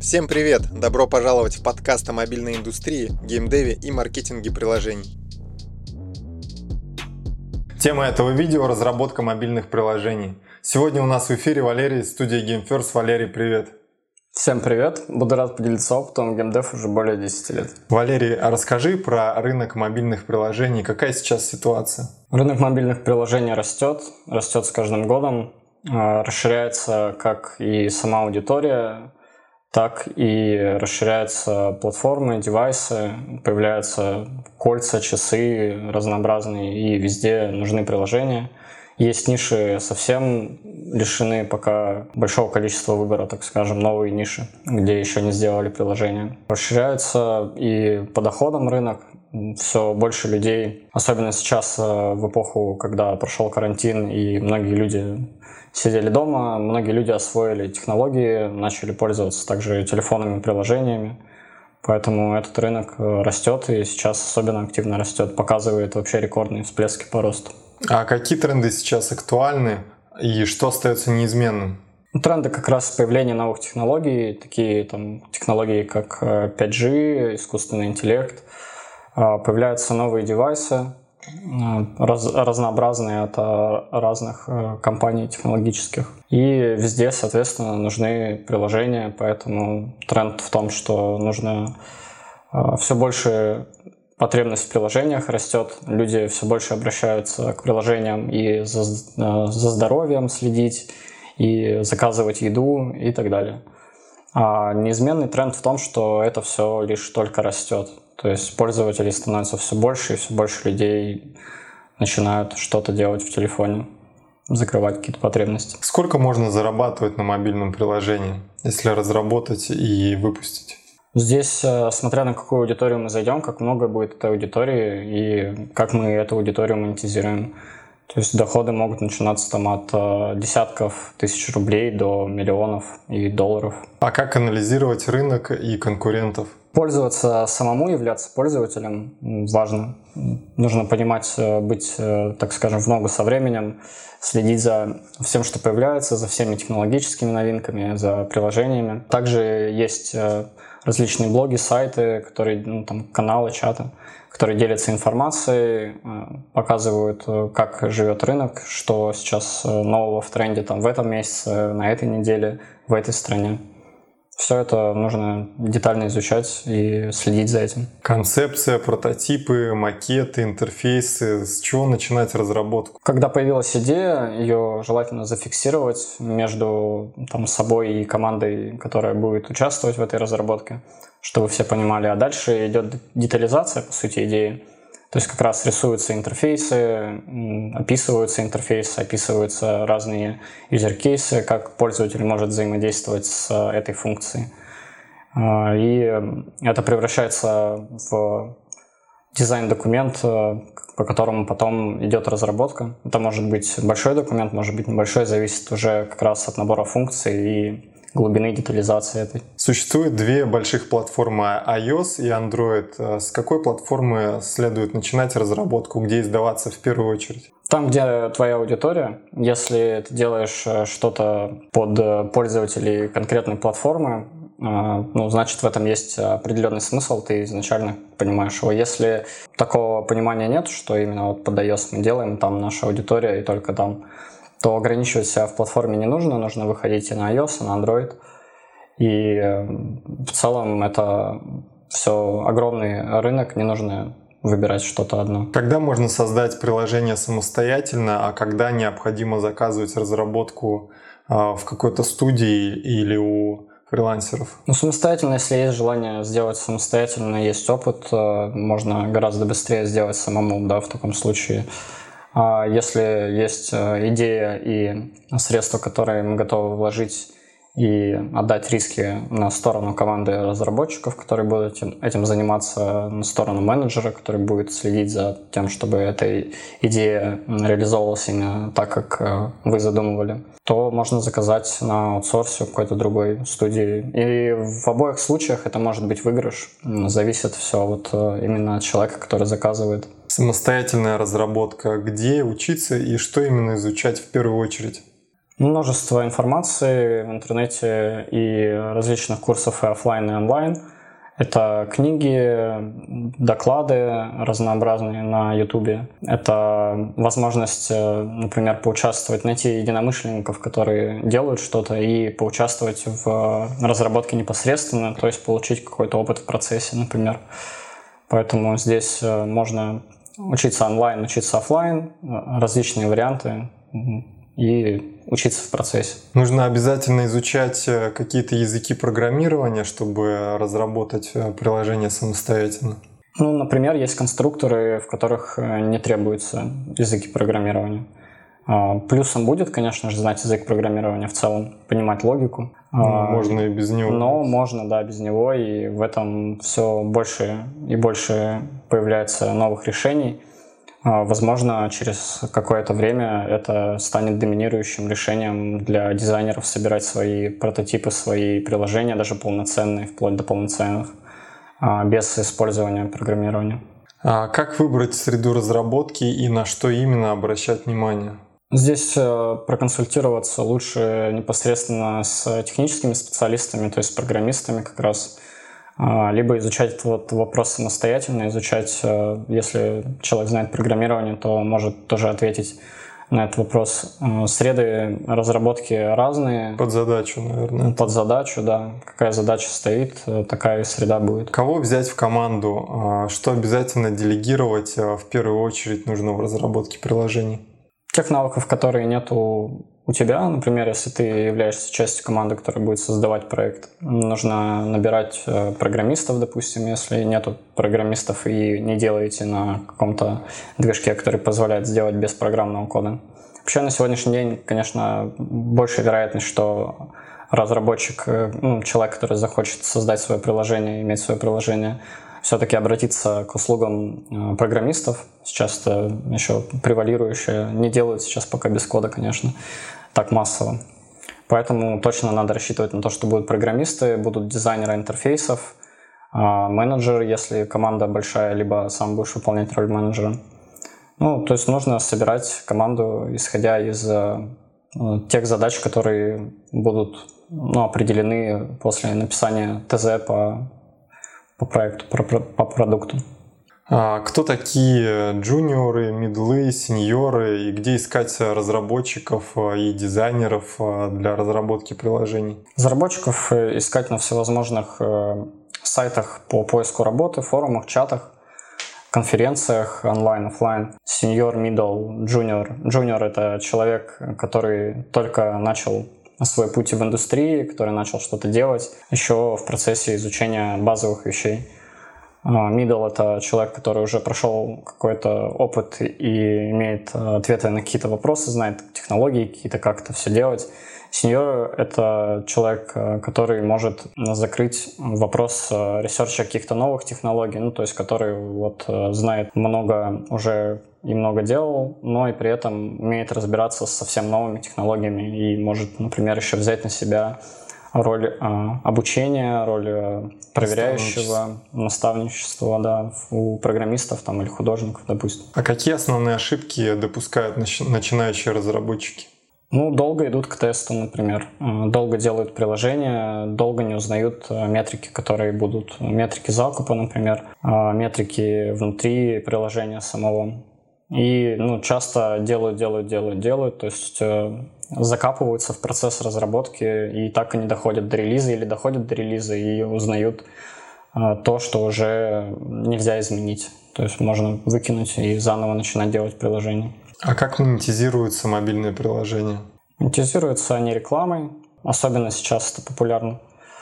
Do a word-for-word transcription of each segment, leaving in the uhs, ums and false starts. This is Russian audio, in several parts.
Всем привет! Добро пожаловать в подкаст о мобильной индустрии, геймдеве и маркетинге приложений. Тема этого видео – разработка мобильных приложений. Сегодня у нас в эфире Валерий из студии GameFirst. Валерий, привет! Всем привет! Буду рад поделиться опытом геймдев уже более десяти лет. Валерий, а расскажи про рынок мобильных приложений. Какая сейчас ситуация? Рынок мобильных приложений растет, растет с каждым годом. Расширяется как и сама аудитория, так и расширяются платформы, девайсы, появляются кольца, часы разнообразные, и везде нужны приложения. Есть ниши совсем лишены пока большого количества выбора, так скажем, новые ниши, где еще не сделали приложения. Расширяется и по доходам рынок. Все больше людей, особенно сейчас в эпоху, когда прошел карантин и многие люди сидели дома, многие люди освоили технологии, начали пользоваться также телефонными приложениями. Поэтому этот рынок растет и сейчас особенно активно растет, показывает вообще рекордные всплески по росту. А какие тренды сейчас актуальны и что остается неизменным? Тренды как раз появление новых технологий, такие там технологии, как пять джи, искусственный интеллект. Появляются новые девайсы, раз, разнообразные от разных компаний технологических. И везде, соответственно, нужны приложения, поэтому тренд в том, что нужно все больше потребность в приложениях растет, люди все больше обращаются к приложениям и за, за здоровьем следить, и заказывать еду и так далее. А неизменный тренд в том, что это все лишь только растет. То есть пользователей становится все больше, и все больше людей начинают что-то делать в телефоне, закрывать какие-то потребности. Сколько можно зарабатывать на мобильном приложении, если разработать и выпустить? Здесь, смотря на какую аудиторию мы зайдем, как много будет этой аудитории и как мы эту аудиторию монетизируем. То есть доходы могут начинаться там от десятков тысяч рублей до миллионов и долларов. А как анализировать рынок и конкурентов? Пользоваться самому, являться пользователем важно. Нужно понимать, быть, так скажем, в ногу со временем, следить за всем, что появляется, за всеми технологическими новинками, за приложениями. Также есть различные блоги, сайты, которые, ну, там, каналы, чаты, которые делятся информацией, показывают, как живет рынок, что сейчас нового в тренде там, в этом месяце, на этой неделе, в этой стране. Все это нужно детально изучать и следить за этим. Концепция, прототипы, макеты, интерфейсы. С чего начинать разработку? Когда появилась идея, ее желательно зафиксировать между там, собой и командой, которая будет участвовать в этой разработке, чтобы все понимали. А дальше идет детализация, по сути, идеи. То есть как раз рисуются интерфейсы, описываются интерфейсы, описываются разные юзер-кейсы, как пользователь может взаимодействовать с этой функцией. И это превращается в дизайн-документ, по которому потом идет разработка. Это может быть большой документ, может быть небольшой, зависит уже как раз от набора функций и глубины детализации этой. Существует две больших платформы iOS и Android. С какой платформы следует начинать разработку, где издаваться в первую очередь? Там, где твоя аудитория. Если ты делаешь что-то под пользователей конкретной платформы, ну, значит, в этом есть определенный смысл, ты изначально понимаешь его. Если такого понимания нет, что именно вот под iOS мы делаем, там наша аудитория и только там, то ограничивать себя в платформе не нужно, нужно выходить и на iOS, и на Android. И в целом это все огромный рынок, не нужно выбирать что-то одно. Когда можно создать приложение самостоятельно, а когда необходимо заказывать разработку в какой-то студии или у фрилансеров? Ну, самостоятельно, если есть желание сделать самостоятельно, есть опыт, можно гораздо быстрее сделать самому, да, в таком случае. А если есть идея и средства, которые мы готовы вложить и отдать риски на сторону команды разработчиков, которые будут этим, этим заниматься, на сторону менеджера, который будет следить за тем, чтобы эта идея реализовывалась именно так, как вы задумывали, то можно заказать на аутсорсе у какой-то другой студии. И в обоих случаях это может быть выигрыш. Зависит все вот именно от человека, который заказывает. Самостоятельная разработка. Где учиться и что именно изучать в первую очередь? Множество информации в интернете и различных курсов и офлайн, и онлайн. Это книги, доклады разнообразные на Ютубе. Это возможность, например, поучаствовать, найти единомышленников, которые делают что-то, и поучаствовать в разработке непосредственно, то есть получить какой-то опыт в процессе, например. Поэтому здесь можно учиться онлайн, учиться офлайн, различные варианты и учиться в процессе. Нужно обязательно изучать какие-то языки программирования, чтобы разработать приложение самостоятельно. Ну, например, есть конструкторы, в которых не требуются языки программирования. Плюсом будет, конечно же, знать язык программирования в целом, понимать логику. Ну, можно и без него. Но можно, да, без него, и в этом все больше и больше появляется новых решений. Возможно, через какое-то время это станет доминирующим решением для дизайнеров собирать свои прототипы, свои приложения, даже полноценные, вплоть до полноценных, без использования программирования. А как выбрать среду разработки и на что именно обращать внимание? Здесь проконсультироваться лучше непосредственно с техническими специалистами, то есть с программистами как раз, либо изучать этот вопрос самостоятельно, изучать, если человек знает программирование, то может тоже ответить на этот вопрос. Среды разработки разные. Под задачу, наверное. Под задачу, да. Какая задача стоит, такая и среда будет. Кого взять в команду? Что обязательно делегировать в первую очередь нужно в разработке приложений? Тех навыков, которые нету у тебя, например, если ты являешься частью команды, которая будет создавать проект, нужно набирать программистов, допустим, если нету программистов и не делаете на каком-то движке, который позволяет сделать без программного кода. Вообще на сегодняшний день, конечно, большая вероятность, что разработчик, ну, человек, который захочет создать свое приложение, иметь свое приложение, все-таки обратиться к услугам программистов. Сейчас это еще превалирующее. Не делают сейчас пока без кода, конечно, так массово. Поэтому точно надо рассчитывать на то, что будут программисты, будут дизайнеры интерфейсов, менеджеры, если команда большая, либо сам будешь выполнять роль менеджера. Ну, то есть нужно собирать команду, исходя из тех задач, которые будут, ну, определены после написания ТЗ по по проекту, по продукту. А кто такие джуниоры, мидлы, сеньоры и где искать разработчиков и дизайнеров для разработки приложений? Разработчиков искать на всевозможных сайтах по поиску работы, форумах, чатах, конференциях онлайн, офлайн. Сеньор, мидл, джуниор. Джуниор — это человек, который только начал свой путь в индустрии, который начал что-то делать еще в процессе изучения базовых вещей. Middle — это человек, который уже прошел какой-то опыт и имеет ответы на какие-то вопросы, знает технологии какие-то, как это все делать. Senior — это человек, который может закрыть вопрос ресерча каких-то новых технологий, ну, то есть который вот знает много уже и много делал, но и при этом умеет разбираться с совсем новыми технологиями и может, например, еще взять на себя роль э, обучения, роль э, проверяющего, наставничества, да, у программистов там, или художников, допустим. А какие основные ошибки допускают начи- начинающие разработчики? Ну, долго идут к тесту, например. Долго делают приложения, долго не узнают метрики, которые будут. Метрики закупа, например, метрики внутри приложения самого. И ну, часто делают, делают, делают, делают, то есть э, закапываются в процесс разработки и так и не доходят до релиза, или доходят до релиза и узнают э, то, что уже нельзя изменить. То есть можно выкинуть и заново начинать делать приложение. А как монетизируются мобильные приложения? Монетизируются они рекламой, особенно сейчас это популярно.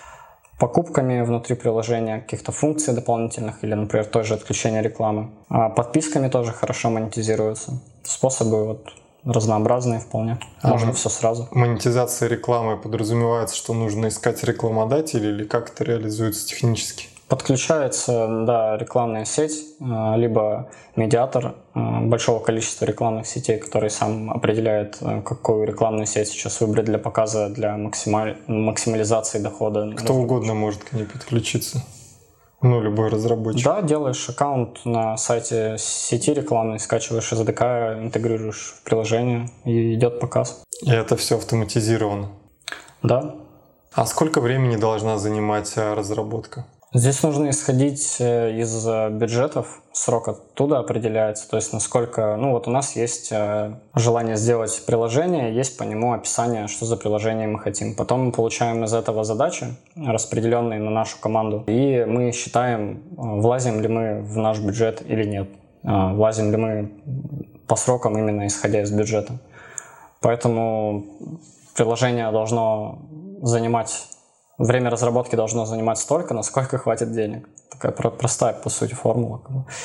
Покупками внутри приложения каких-то функций дополнительных или, например, той же отключения рекламы. А подписками тоже хорошо монетизируются. Способы вот разнообразные вполне. Можно а все сразу. Монетизация рекламы подразумевается, что нужно искать рекламодателей или как это реализуется технически? Подключается, да, рекламная сеть, либо медиатор большого количества рекламных сетей, который сам определяет, какую рекламную сеть сейчас выбрать для показа, для максималь... максимализации дохода. Кто угодно может к ней подключиться. Ну, любой разработчик. Да, делаешь аккаунт на сайте сети рекламной, скачиваешь эс ди кей, интегрируешь в приложение и идет показ. И это все автоматизировано? Да. А сколько времени должна занимать разработка? Здесь нужно исходить из бюджетов, срок оттуда определяется, то есть насколько, ну вот у нас есть желание сделать приложение, есть по нему описание, что за приложение мы хотим. Потом мы получаем из этого задачи, распределенные на нашу команду, и мы считаем, влазим ли мы в наш бюджет или нет, влазим ли мы по срокам именно исходя из бюджета. Поэтому приложение должно занимать Время разработки должно занимать столько, насколько хватит денег. Такая простая, по сути, формула.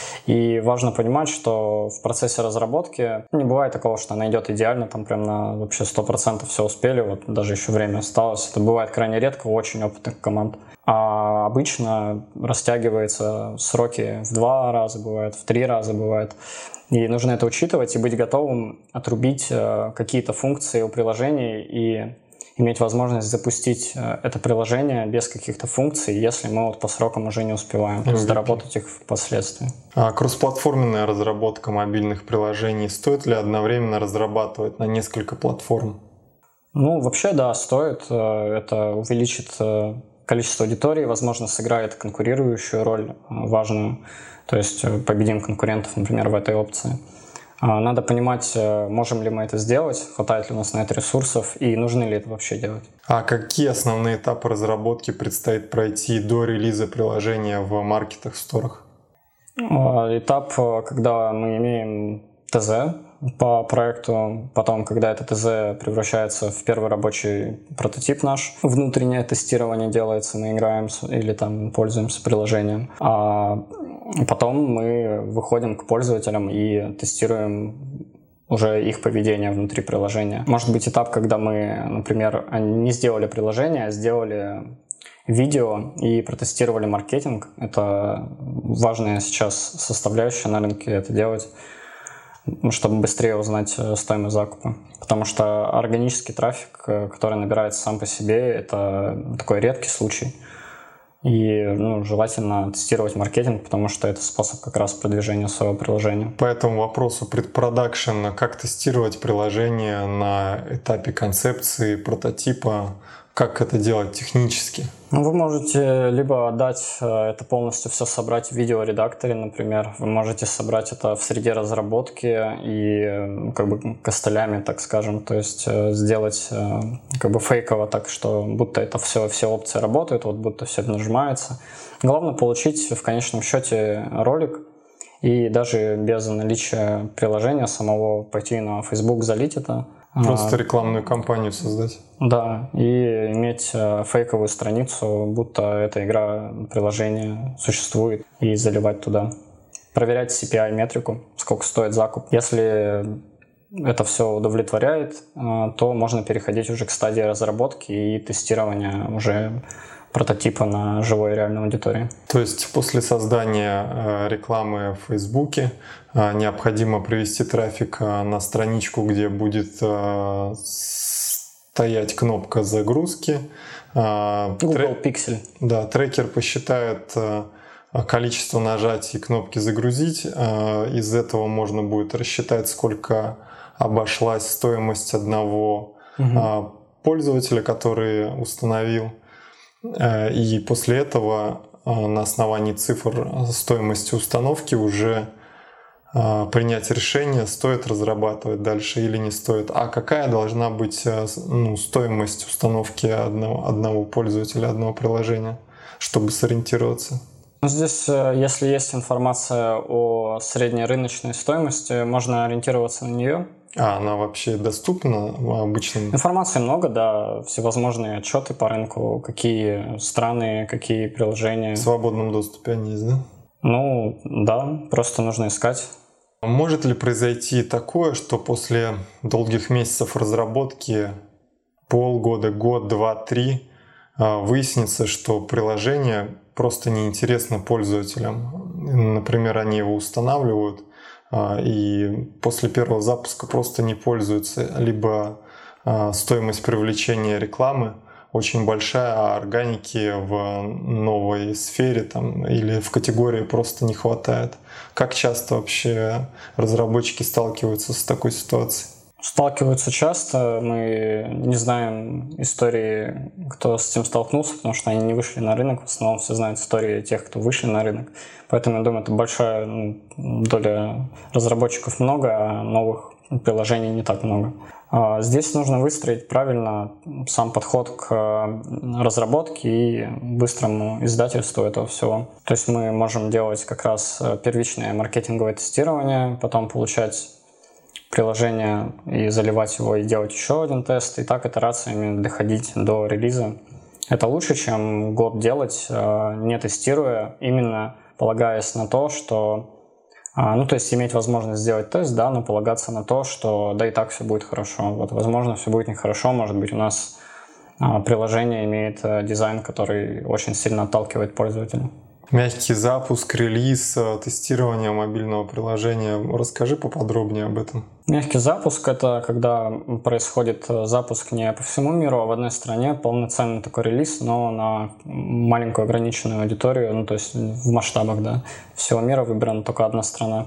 И важно понимать, что в процессе разработки не бывает такого, что она идет идеально, там прям на вообще сто процентов все успели, вот даже еще время осталось. Это бывает крайне редко у очень опытных команд. А обычно растягиваются сроки в два раза, бывает, в три раза бывает. И нужно это учитывать и быть готовым отрубить какие-то функции у приложений и иметь возможность запустить это приложение без каких-то функций, если мы вот по срокам уже не успеваем, то есть доработать их впоследствии. А кроссплатформенная разработка мобильных приложений, стоит ли одновременно разрабатывать на несколько платформ? Ну, вообще, да, стоит. Это увеличит количество аудитории, возможно, сыграет конкурирующую роль важную, то есть победим конкурентов, например, в этой опции. Надо понимать, можем ли мы это сделать, хватает ли у нас на это ресурсов и нужно ли это вообще делать. А какие основные этапы разработки предстоит пройти до релиза приложения в маркетах, сторах? Этап, когда мы имеем ТЗ по проекту, потом, когда это ТЗ превращается в первый рабочий прототип наш, внутреннее тестирование делается, мы играем или там пользуемся приложением, а потом мы выходим к пользователям и тестируем уже их поведение внутри приложения. Может быть этап, когда мы, например, не сделали приложение, а сделали видео и протестировали маркетинг. Это важная сейчас составляющая на рынке это делать, чтобы быстрее узнать стоимость закупа. Потому что органический трафик, который набирается сам по себе, это такой редкий случай. И ну, желательно тестировать маркетинг, потому что это способ как раз продвижения своего приложения. По этому вопросу предпродакшн, как тестировать приложение на этапе концепции, прототипа, как это делать технически? Ну, вы можете либо отдать это полностью все собрать в видеоредакторе, например. Вы можете собрать это в среде разработки и как бы костылями, так скажем. То есть сделать как бы фейково так, что будто это все, все опции работают, вот будто все нажимается. Главное получить в конечном счете ролик и даже без наличия приложения самого пойти на Facebook, залить это. Просто рекламную кампанию создать. Да, и иметь фейковую страницу, будто эта игра, приложение существует, и заливать туда. Проверять си пи ай-метрику, сколько стоит закуп. Если это все удовлетворяет, то можно переходить уже к стадии разработки и тестирования уже прототипа на живой реальной аудитории. То есть после создания рекламы в Фейсбуке необходимо привести трафик на страничку, где будет стоять кнопка загрузки. Google Трек... Pixel. Да, трекер посчитает количество нажатий кнопки «Загрузить». Из этого можно будет рассчитать, сколько обошлась стоимость одного угу. пользователя, который установил. И после этого на основании цифр стоимости установки уже принять решение, стоит разрабатывать дальше или не стоит. А какая должна быть ну, стоимость установки одного, одного пользователя, одного приложения, чтобы сориентироваться? Здесь, если есть информация о средней рыночной стоимости, можно ориентироваться на нее. А она вообще доступна обычным? Информации много, да, всевозможные отчеты по рынку, какие страны, какие приложения. В свободном доступе они есть, да? Ну, да, просто нужно искать. Может ли произойти такое, что после долгих месяцев разработки, полгода, год, два, три, выяснится, что приложение просто неинтересно пользователям? Например, они его устанавливают, и после первого запуска просто не пользуются, либо стоимость привлечения рекламы очень большая, а органики в новой сфере там, или в категории просто не хватает. Как часто вообще разработчики сталкиваются с такой ситуацией? Сталкиваются часто. Мы не знаем истории, кто с этим столкнулся, потому что они не вышли на рынок. В основном все знают истории тех, кто вышли на рынок. Поэтому, я думаю, это большая ну, доля разработчиков много, а новых приложений не так много. Здесь нужно выстроить правильно сам подход к разработке и быстрому издательству этого всего. То есть мы можем делать как раз первичное маркетинговое тестирование, потом получать приложение и заливать его, и делать еще один тест, и так итерациями доходить до релиза. Это лучше, чем год делать, не тестируя, именно полагаясь на то, что Ну, то есть иметь возможность сделать тест, да, но полагаться на то, что да и так все будет хорошо. Вот, возможно, все будет нехорошо, может быть, у нас а, приложение имеет а, дизайн, который очень сильно отталкивает пользователя. Мягкий запуск, релиз, тестирование мобильного приложения. Расскажи поподробнее об этом. Мягкий запуск — это когда происходит запуск не по всему миру, а в одной стране, полноценный такой релиз, но на маленькую ограниченную аудиторию, ну то есть в масштабах, да, всего мира выбрана только одна страна.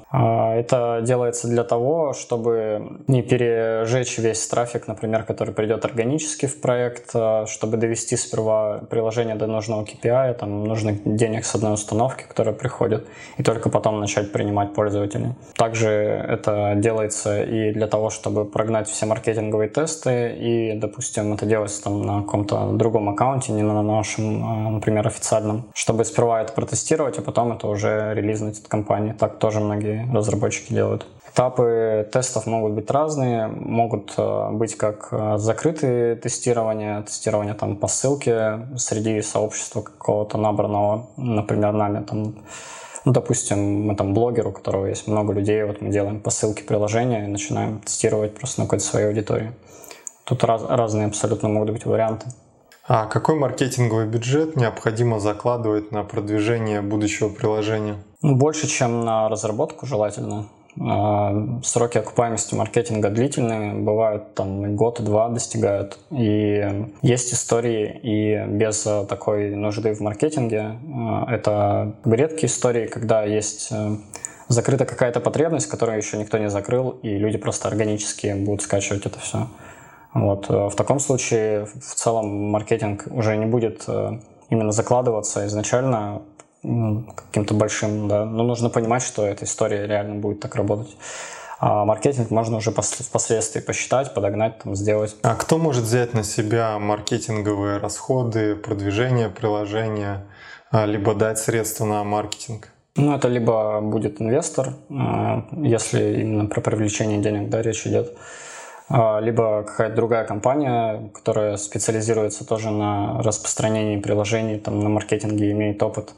Это делается для того, чтобы не пережечь весь трафик, например, который придет органически в проект, чтобы довести сперва приложение до нужного кей пи ай, там нужных денег с одной установки, которая приходит, и только потом начать принимать пользователей. Также это делается и для того, чтобы прогнать все маркетинговые тесты, и, допустим, это делается там на каком-то другом аккаунте, не на нашем, например, официальном, чтобы сперва это протестировать, а потом это уже релизнуть от компании. Так тоже многие разработчики делают. Этапы тестов могут быть разные, могут быть как закрытые тестирования, тестирование там по ссылке среди сообщества какого-то набранного, например, нами там. Ну, допустим, мы там блогер, у которого есть много людей, вот мы делаем по ссылке приложения и начинаем тестировать просто на какой-то своей аудитории. Тут раз, разные абсолютно могут быть варианты. А какой маркетинговый бюджет необходимо закладывать на продвижение будущего приложения? Ну, больше, чем на разработку желательно. Сроки окупаемости маркетинга длительные, бывают там и год, и два достигают. И есть истории и без такой нужды в маркетинге. Это редкие истории, когда есть закрыта какая-то потребность, которую еще никто не закрыл, и люди просто органически будут скачивать это все. Вот. В таком случае в целом маркетинг уже не будет именно закладываться изначально каким-то большим, да, но нужно понимать, что эта история реально будет так работать. А маркетинг можно уже впоследствии посчитать, подогнать, там, сделать. А кто может взять на себя маркетинговые расходы, продвижение приложения, либо дать средства на маркетинг? Ну, это либо будет инвестор, если именно про привлечение денег, да, речь идет, либо какая-то другая компания, которая специализируется тоже на распространении приложений, там, на маркетинге, имеет опыт.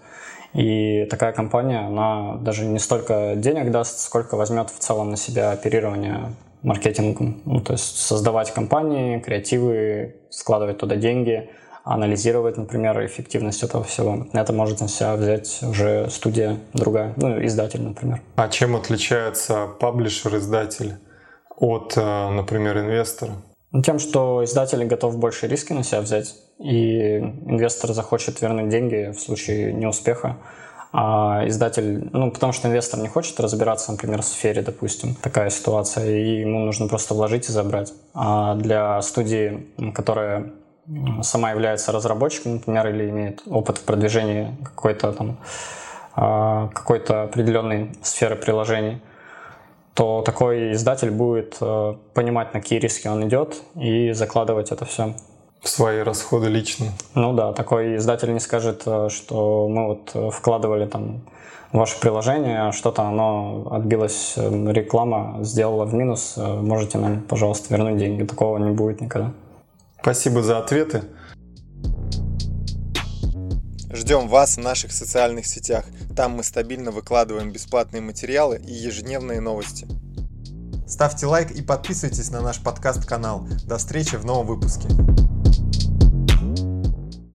И такая компания, она даже не столько денег даст, сколько возьмет в целом на себя оперирование маркетингом. Ну, то есть создавать компании, креативы, складывать туда деньги, анализировать, например, эффективность этого всего. Это может на себя взять уже студия другая, ну, издатель, например. А чем отличается паблишер-издатель от, например, инвестора? Тем, что издатель готов больше риски на себя взять, и инвестор захочет вернуть деньги в случае неуспеха, а издатель, ну, потому что инвестор не хочет разбираться, например, в сфере, допустим, такая ситуация, и ему нужно просто вложить и забрать. А для студии, которая сама является разработчиком, например, или имеет опыт в продвижении какой-то там, какой-то определенной сферы приложений, то такой издатель будет э, понимать, на какие риски он идет, и закладывать это все. В свои расходы лично. Ну да, такой издатель не скажет, что мы вот вкладывали там в ваше приложение, что-то оно отбилось, реклама сделала в минус, можете нам, пожалуйста, вернуть деньги. Такого не будет никогда. Спасибо за ответы. Ждем вас в наших социальных сетях. Там мы стабильно выкладываем бесплатные материалы и ежедневные новости. Ставьте лайк и подписывайтесь на наш подкаст-канал. До встречи в новом выпуске.